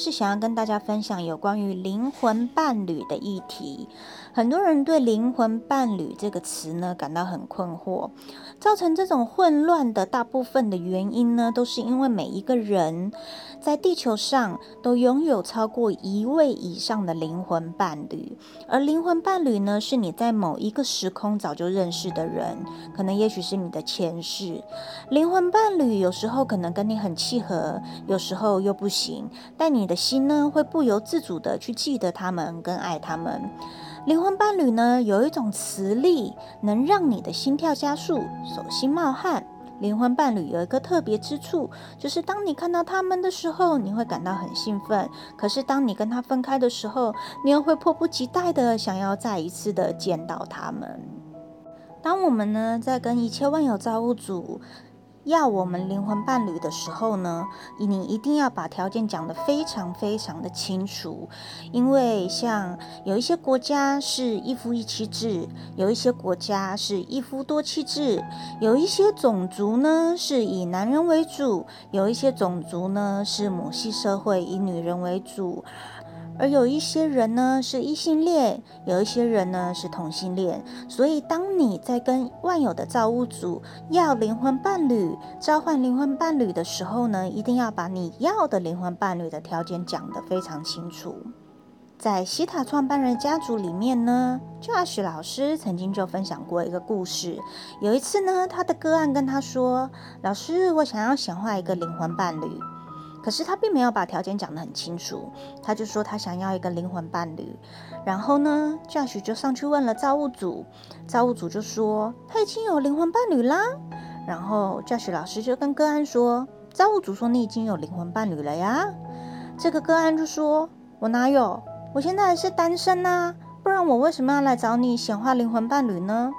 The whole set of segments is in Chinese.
是想要跟大家分享有关于灵魂伴侣的议题。很多人对灵魂伴侣这个词呢感到很困惑，造成这种混乱的大部分的原因呢，都是因为每一个人在地球上都拥有超过1位以上的灵魂伴侣，而灵魂伴侣呢，是你在某一个时空早就认识的人，可能也许是你的前世。灵魂伴侣有时候可能跟你很契合，有时候又不行，但你的心呢，会不由自主的去记得他们跟爱他们。灵魂伴侣呢，有一种磁力，能让你的心跳加速，手心冒汗。灵魂伴侣有一个特别之处，就是当你看到他们的时候，你会感到很兴奋；可是当你跟他分开的时候，你又会迫不及待的想要再一次的见到他们。当我们呢，在跟一切万有造物主要我们灵魂伴侣的时候呢，你一定要把条件讲得非常非常的清楚，因为像有一些国家是一夫一妻制，有一些国家是一夫多妻制，有一些种族呢是以男人为主，有一些种族呢是母系社会以女人为主。而有一些人呢是异性恋，有一些人呢是同性恋，所以当你在跟万有的造物主要灵魂伴侣、召唤灵魂伴侣的时候呢，一定要把你要的灵魂伴侣的条件讲得非常清楚。在希塔创办人家族里面呢，Josh 老师曾经就分享过一个故事。有一次呢，他的个案跟他说：“老师，我想要显化一个灵魂伴侣。”可是他并没有把条件讲得很清楚，他就说他想要一个灵魂伴侣。然后呢，Josh 就上去问了造物主，造物主就说他已经有灵魂伴侣啦。然后 Josh 老师就跟个案说，造物主说你已经有灵魂伴侣了呀。这个个案就说，我哪有，我现在还是单身啊，不然我为什么要来找你显化灵魂伴侣呢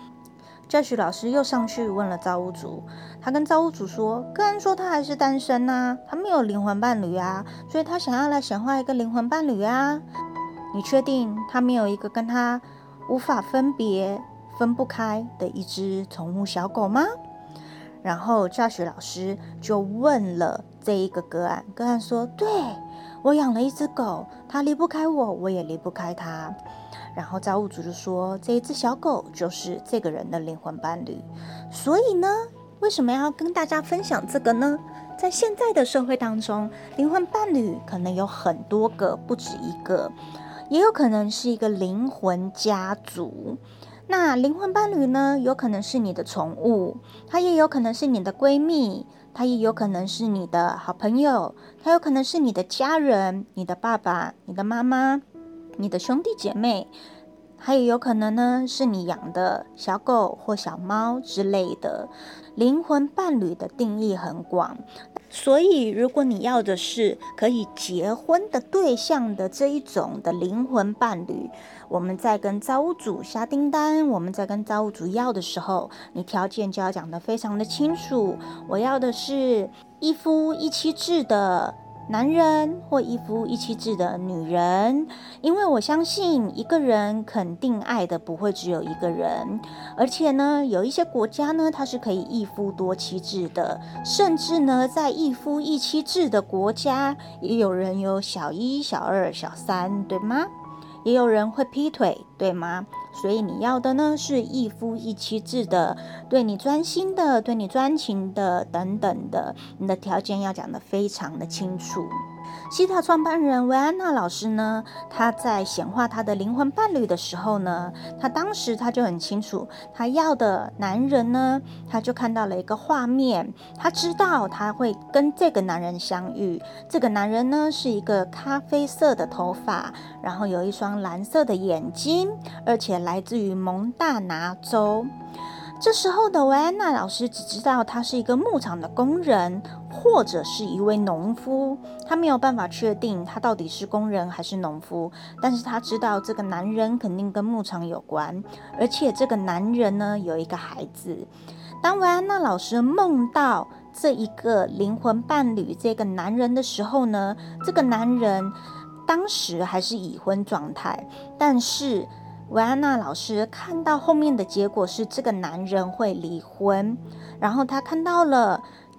？Josh 老师又上去问了造物主，他跟造物主说，个案说他还是单身啊，他没有灵魂伴侣啊，所以他想要来显化一个灵魂伴侣啊。你确定他没有一个跟他无法分别、分不开的一只宠物小狗吗？然后 Josh 老师就问了这一个个案，个案说，对，我养了一只狗，它离不开我，我也离不开它。然后造物主就说，这一只小狗就是这个人的灵魂伴侣。所以呢，为什么要跟大家分享这个呢？在现在的社会当中，灵魂伴侣可能有很多个，不止一个，也有可能是一个灵魂家族。那灵魂伴侣呢，有可能是你的宠物，它也有可能是你的闺蜜，它也有可能是你的好朋友，它有可能是你的家人，你的爸爸，你的妈妈，你的兄弟姐妹，还有可能呢是你养的小狗或小猫之类的。灵魂伴侣的定义很广，所以如果你要的是可以结婚的对象的这一种的灵魂伴侣，我们在跟造物主下订单，我们在跟造物主要的时候，你条件就要讲得非常的清楚。我要的是一夫一妻制的男人或一夫一妻制的女人，因为我相信一个人肯定爱的不会只有一个人，而且呢，有一些国家呢，它是可以一夫多妻制的，甚至呢，在一夫一妻制的国家，也有人有小一、小二、小三，对吗？也有人会劈腿，对吗？所以你要的呢是一夫一妻制的，对你专心的，对你专情的，等等的，你的条件要讲得非常的清楚。希塔创办人维安娜老师呢，他在显化他的灵魂伴侣的时候呢，他当时他就很清楚，他要的男人呢，他就看到了一个画面，他知道他会跟这个男人相遇。这个男人呢，是一个咖啡色的头发，然后有一双蓝色的眼睛，而且来自于蒙大拿州。这时候的维安娜老师只知道他是一个牧场的工人，或者是一位农夫，他没有办法确定他到底是工人还是农夫，但是他知道这个男人肯定跟牧场有关，而且这个男人呢有一个孩子。当维安娜老师梦到这一个灵魂伴侣这个男人的时候呢，这个男人当时还是已婚状态，但是维安娜老师看到后面的结果是这个男人会离婚，然后他看到了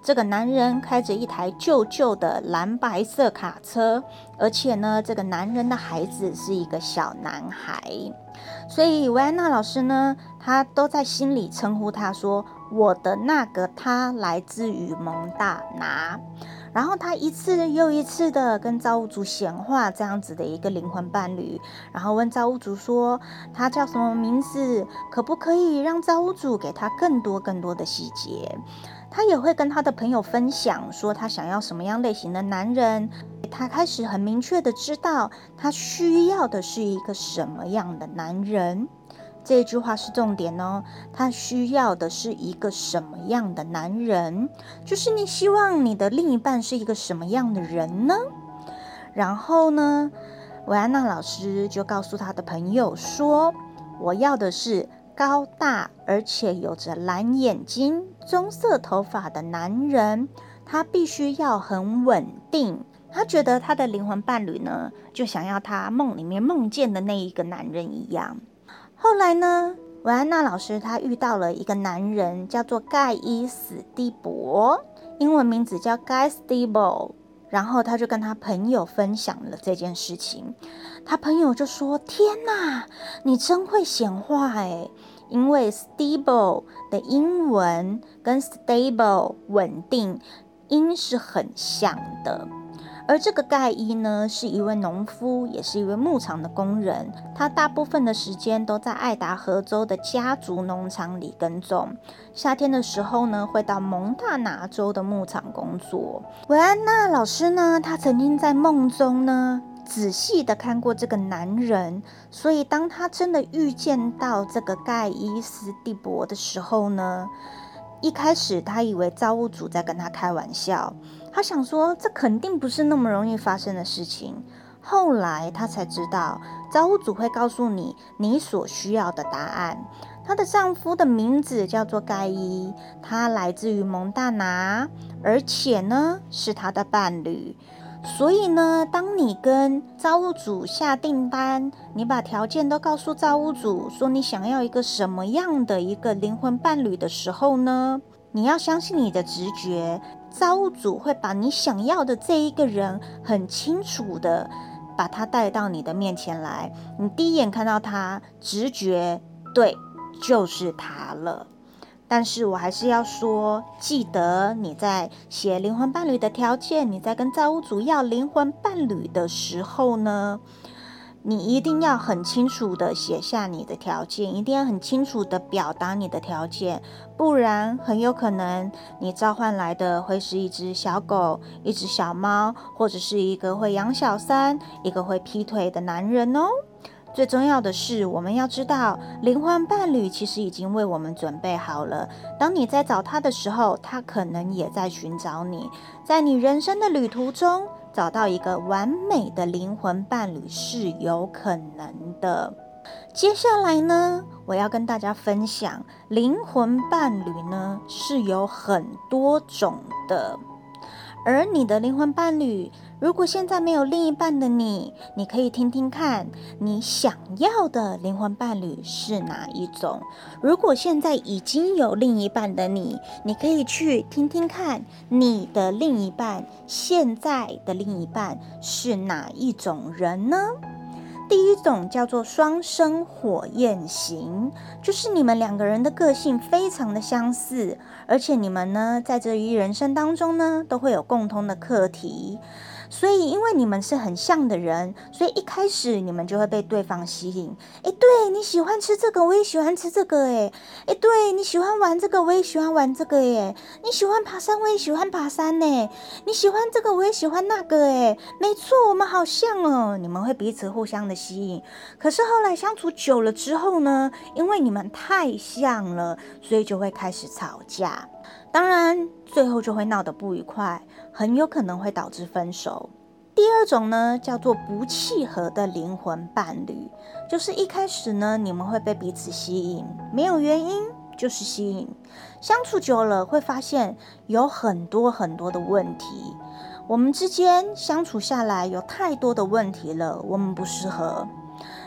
这个男人开着一台旧旧的蓝白色卡车，而且呢，这个男人的孩子是一个小男孩。所以维安娜老师呢，她都在心里称呼他说，我的那个他来自于蒙大拿。然后他一次又一次的跟造物主显化这样子的一个灵魂伴侣，然后问造物主说他叫什么名字，可不可以让造物主给他更多的细节。他也会跟他的朋友分享说他想要什么样类型的男人，他开始很明确的知道他需要的是一个什么样的男人。这句话是重点哦，他需要的是一个什么样的男人，就是你希望你的另一半是一个什么样的人呢？然后呢，维安娜老师就告诉他的朋友说，我要的是高大而且有着蓝眼睛、棕色头发的男人，他必须要很稳定。他觉得他的灵魂伴侣呢，就想要他梦里面梦见的那一个男人一样。后来呢，维安娜老师她遇到了一个男人，叫做盖伊史蒂博，英文名字叫 Guy Stable。然后他就跟他朋友分享了这件事情，他朋友就说：天哪，你真会显化耶，因为 stable 的英文跟 stable 稳定音是很像的。而这个盖伊呢，是一位农夫，也是一位牧场的工人。他大部分的时间都在爱达荷州的家族农场里耕种。夏天的时候呢，会到蒙大拿州的牧场工作。维安娜老师呢，她曾经在梦中呢，仔细的看过这个男人，所以当他真的遇见到这个盖伊斯蒂博的时候呢，一开始他以为造物主在跟他开玩笑，他想说这肯定不是那么容易发生的事情。后来他才知道，造物主会告诉你你所需要的答案。她的丈夫的名字叫做盖伊，他来自于蒙大拿，而且呢是他的伴侣。所以呢，当你跟造物主下订单，你把条件都告诉造物主，说你想要一个什么样的一个灵魂伴侣的时候呢，你要相信你的直觉，造物主会把你想要的这一个人很清楚的把他带到你的面前来。你第一眼看到他，直觉对，就是他了。但是我还是要说，记得你在写灵魂伴侣的条件，你在跟造物主要灵魂伴侣的时候呢，你一定要很清楚的写下你的条件，一定要很清楚的表达你的条件，不然很有可能你召唤来的会是一只小狗、一只小猫，或者是一个会养小三、一个会劈腿的男人哦。最重要的是，我们要知道，灵魂伴侣其实已经为我们准备好了。当你在找他的时候，他可能也在寻找你。在你人生的旅途中，找到一个完美的灵魂伴侣是有可能的。接下来呢，我要跟大家分享，灵魂伴侣呢是有很多种的。而你的灵魂伴侣，如果现在没有另一半的你可以听听看，你想要的灵魂伴侣是哪一种？如果现在已经有另一半的你可以去听听看，你的另一半现在的另一半是哪一种人呢？第一种叫做双生火焰型，就是你们两个人的个性非常的相似，而且你们呢在这一人生当中呢都会有共同的课题。所以因为你们是很像的人，所以一开始你们就会被对方吸引。对，你喜欢吃这个，我也喜欢吃这个。对，你喜欢玩这个，我也喜欢玩这个。你喜欢爬山，我也喜欢爬山。你喜欢这个，我也喜欢那个。没错，我们好像哦。你们会彼此互相的吸引。可是后来相处久了之后呢，因为你们太像了，所以就会开始吵架。当然最后就会闹得不愉快，很有可能会导致分手。第二种呢，叫做不契合的灵魂伴侣，就是一开始呢，你们会被彼此吸引，没有原因，就是吸引。相处久了会发现有很多的问题，我们之间相处下来有太多的问题了，我们不适合。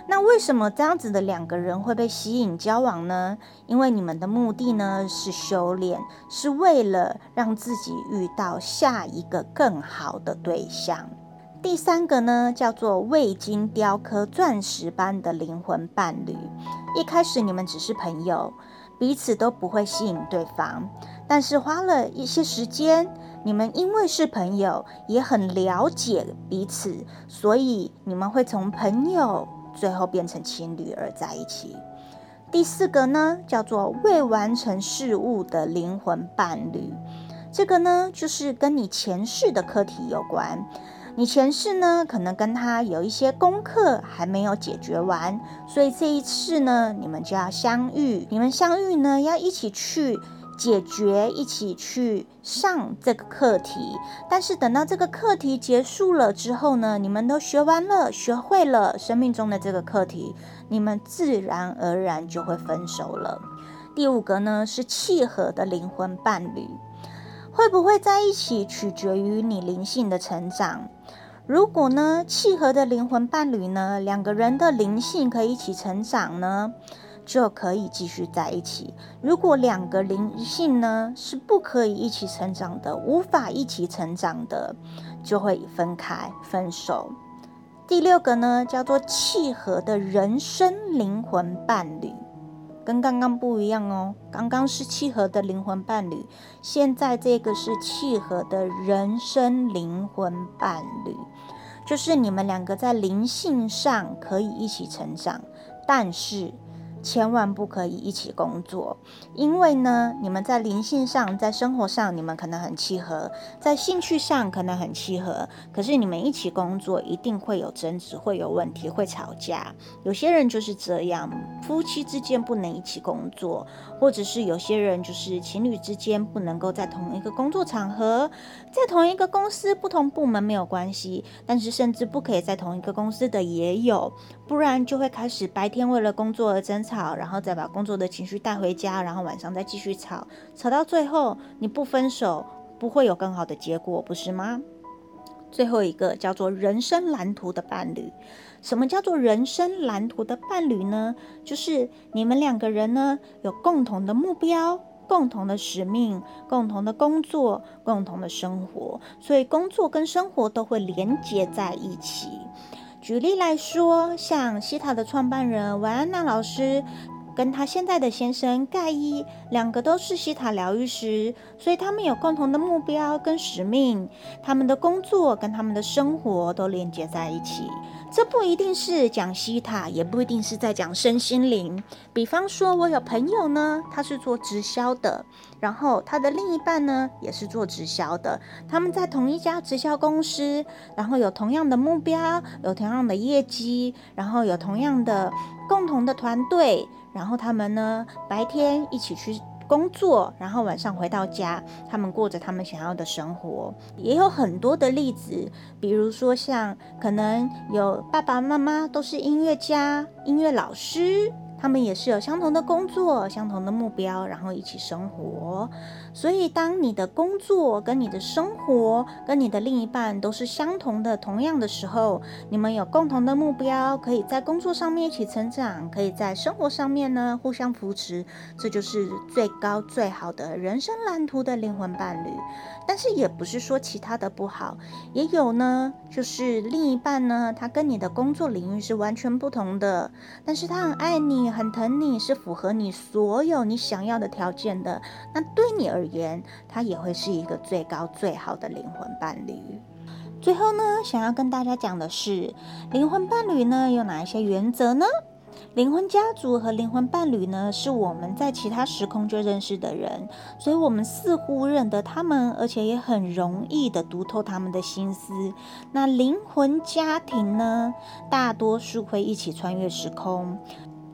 那为什么这样子的两个人会被吸引交往呢？因为你们的目的呢是修炼，是为了让自己遇到下一个更好的对象。第三个呢，叫做未经雕刻钻石般的灵魂伴侣。一开始你们只是朋友，彼此都不会吸引对方，但是花了一些时间，你们因为是朋友，也很了解彼此，所以你们会从朋友最后变成情侣而在一起。第四个呢，叫做未完成事物的灵魂伴侣。这个呢，就是跟你前世的课题有关。你前世呢，可能跟他有一些功课还没有解决完，所以这一次呢，你们就要相遇。你们相遇呢，要一起去解决，一起去上这个课题。但是等到这个课题结束了之后呢，你们都学完了，学会了生命中的这个课题，你们自然而然就会分手了。第五个呢，是契合的灵魂伴侣。会不会在一起取决于你灵性的成长。如果呢，契合的灵魂伴侣呢，两个人的灵性可以一起成长呢，就可以继续在一起。如果两个灵性呢是不可以一起成长的，无法一起成长的，就会分开分手。第六个呢，叫做契合的人生灵魂伴侣。跟刚刚不一样哦，刚刚是契合的灵魂伴侣，现在这个是契合的人生灵魂伴侣，就是你们两个在灵性上可以一起成长，但是千万不可以一起工作，因为呢，你们在灵性上，在生活上，你们可能很契合，在兴趣上可能很契合，可是你们一起工作，一定会有争执，会有问题，会吵架。有些人就是这样，夫妻之间不能一起工作，或者是有些人就是情侣之间不能够在同一个工作场合，在同一个公司，不同部门没有关系，但是甚至不可以在同一个公司的也有，不然就会开始白天为了工作而争吵，然后再把工作的情绪带回家，然后晚上再继续吵，吵到最后你不分手，不会有更好的结果，不是吗？最后一个叫做人生蓝图的伴侣。什么叫做人生蓝图的伴侣呢？就是你们两个人呢有共同的目标，共同的使命，共同的工作，共同的生活，所以工作跟生活都会连结在一起。举例来说，像西塔的创办人维安娜老师跟他现在的先生盖伊，两个都是西塔疗愈师，所以他们有共同的目标跟使命，他们的工作跟他们的生活都连接在一起。这不一定是讲西塔，也不一定是在讲身心灵。比方说，我有朋友呢，他是做直销的，然后他的另一半呢也是做直销的，他们在同一家直销公司，然后有同样的目标，有同样的业绩，然后有同样的共同的团队，然后他们呢白天一起去工作，然后晚上回到家，他们过着他们想要的生活。也有很多的例子，比如说像可能有爸爸妈妈都是音乐家、音乐老师，他们也是有相同的工作、相同的目标，然后一起生活。所以当你的工作跟你的生活跟你的另一半都是相同的、同样的时候，你们有共同的目标，可以在工作上面一起成长，可以在生活上面呢互相扶持，这就是最高最好的人生蓝图的灵魂伴侣。但是也不是说其他的不好，也有呢，就是另一半呢，他跟你的工作领域是完全不同的，但是他很爱你，很疼你，是符合你所有你想要的条件的，那对你而言，他也会是一个最高最好的灵魂伴侣。最后呢，想要跟大家讲的是，灵魂伴侣呢有哪一些原则呢？灵魂家族和灵魂伴侣呢，是我们在其他时空就认识的人，所以我们似乎认得他们，而且也很容易的读透他们的心思。那灵魂家庭呢，大多数会一起穿越时空，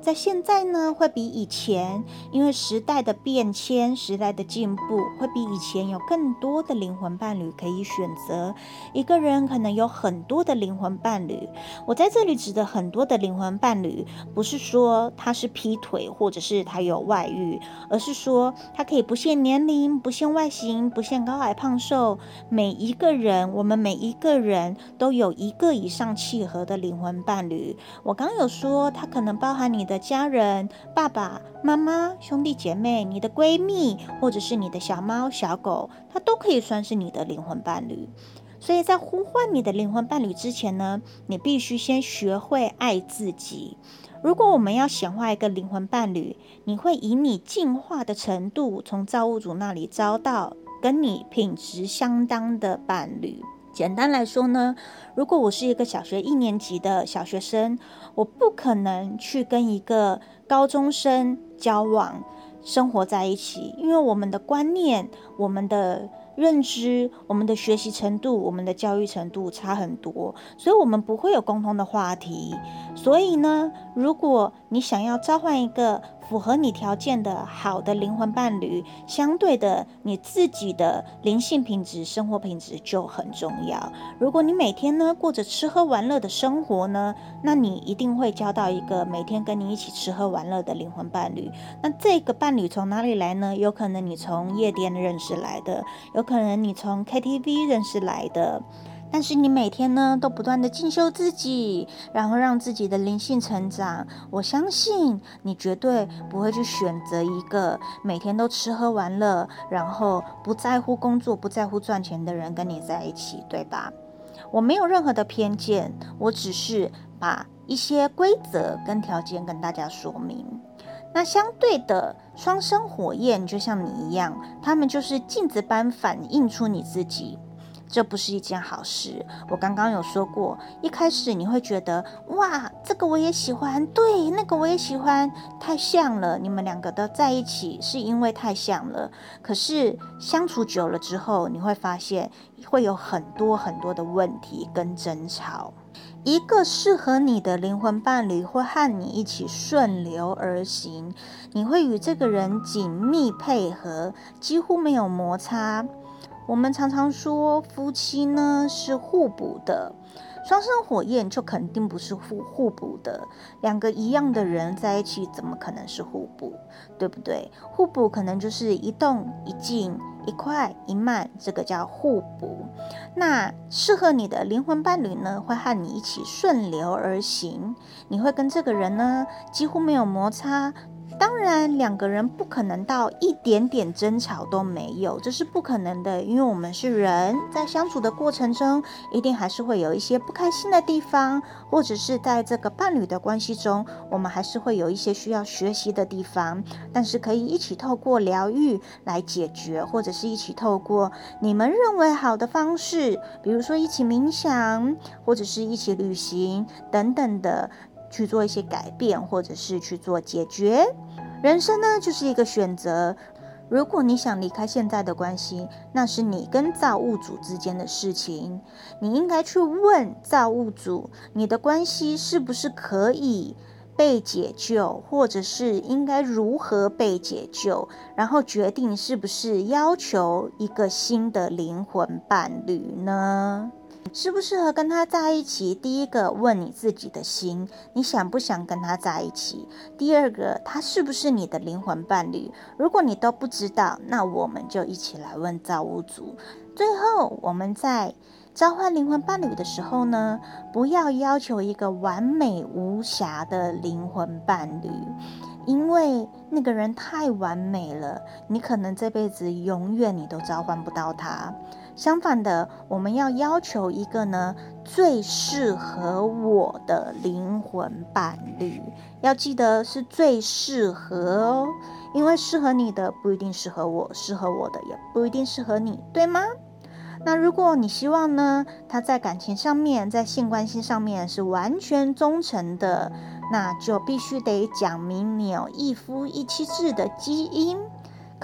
在现在呢，会比以前，因为时代的变迁、时代的进步，会比以前有更多的灵魂伴侣可以选择。一个人可能有很多的灵魂伴侣。我在这里指的很多的灵魂伴侣，不是说他是劈腿，或者是他有外遇，而是说他可以不限年龄、不限外形、不限高矮胖瘦。每一个人，我们每一个人都有一个以上契合的灵魂伴侣。我刚有说，它可能包含你的家人、爸爸妈妈、兄弟姐妹、你的闺蜜，或者是你的小猫小狗，它都可以算是你的灵魂伴侣。所以在呼唤你的灵魂伴侣之前呢，你必须先学会爱自己。如果我们要显化一个灵魂伴侣，你会以你进化的程度，从造物主那里招到跟你品质相当的伴侣。简单来说呢，如果我是一个小学1年级的小学生，我不可能去跟一个高中生交往、生活在一起，因为我们的观念、我们的认知、我们的学习程度、我们的教育程度差很多，所以我们不会有共同的话题。所以呢，如果你想要召唤一个符合你条件的好的灵魂伴侣，相对的你自己的灵性品质、生活品质就很重要。如果你每天呢过着吃喝玩乐的生活呢，那你一定会交到一个每天跟你一起吃喝玩乐的灵魂伴侣。那这个伴侣从哪里来呢？有可能你从夜店认识来的，有可能你从 KTV 认识来的。但是你每天呢都不断的进修自己，然后让自己的灵性成长，我相信你绝对不会去选择一个每天都吃喝玩乐，然后不在乎工作、不在乎赚钱的人跟你在一起，对吧？我没有任何的偏见，我只是把一些规则跟条件跟大家说明。那相对的，双生火焰就像你一样，他们就是镜子般反映出你自己。这不是一件好事。我刚刚有说过，一开始你会觉得哇，这个我也喜欢，对，那个我也喜欢，太像了，你们两个都在一起是因为太像了。可是相处久了之后，你会发现会有很多很多的问题跟争吵。一个适合你的灵魂伴侣会和你一起顺流而行，你会与这个人紧密配合，几乎没有摩擦。我们常常说夫妻呢是互补的，双生火焰就肯定不是互补的。两个一样的人在一起怎么可能是互补，对不对？互补可能就是一动一静，一快一慢，这个叫互补。那适合你的灵魂伴侣呢，会和你一起顺流而行，你会跟这个人呢几乎没有摩擦。当然，两个人不可能到一点点争吵都没有，这是不可能的，因为我们是人，在相处的过程中，一定还是会有一些不开心的地方，或者是在这个伴侣的关系中，我们还是会有一些需要学习的地方，但是可以一起透过疗愈来解决，或者是一起透过你们认为好的方式，比如说一起冥想，或者是一起旅行等等的，去做一些改变，或者是去做解决。人生呢，就是一个选择。如果你想离开现在的关系，那是你跟造物主之间的事情。你应该去问造物主，你的关系是不是可以被解救，或者是应该如何被解救，然后决定是不是要求一个新的灵魂伴侣呢？适不适合跟他在一起？第一个，问你自己的心，你想不想跟他在一起？第二个，他是不是你的灵魂伴侣？如果你都不知道，那我们就一起来问造物主。最后，我们在召唤灵魂伴侣的时候呢，不要要求一个完美无瑕的灵魂伴侣，因为那个人太完美了，你可能这辈子永远你都召唤不到他。相反的，我们要求一个呢最适合我的灵魂伴侣，要记得是最适合哦，因为适合你的不一定适合我，适合我的也不一定适合你，对吗？那如果你希望呢，他在感情上面，在性关系上面是完全忠诚的，那就必须得讲明你有一夫一妻制的基因。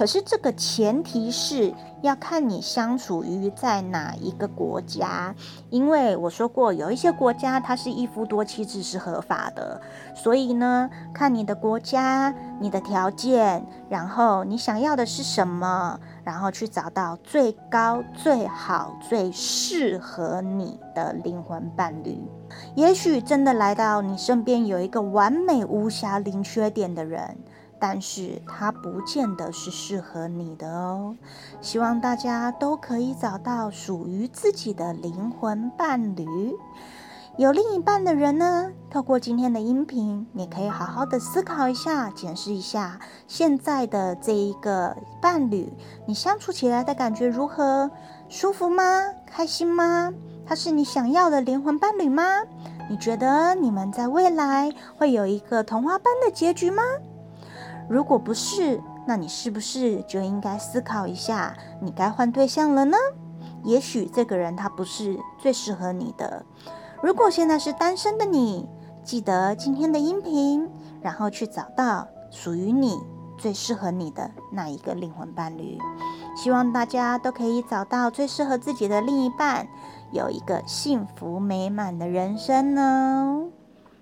可是这个前提是要看你相处于在哪一个国家，因为我说过有一些国家它是一夫多妻制是合法的，所以呢，看你的国家、你的条件，然后你想要的是什么，然后去找到最高、最好、最适合你的灵魂伴侣。也许真的来到你身边有一个完美无瑕、零缺点的人，但是他不见得是适合你的哦。希望大家都可以找到属于自己的灵魂伴侣。有另一半的人呢，透过今天的音频，你可以好好的思考一下，检视一下现在的这一个伴侣，你相处起来的感觉如何？舒服吗？开心吗？他是你想要的灵魂伴侣吗？你觉得你们在未来会有一个童话般的结局吗？如果不是，那你是不是就应该思考一下，你该换对象了呢？也许这个人他不是最适合你的。如果现在是单身的你，记得今天的音频，然后去找到属于你最适合你的那一个灵魂伴侣。希望大家都可以找到最适合自己的另一半，有一个幸福美满的人生呢。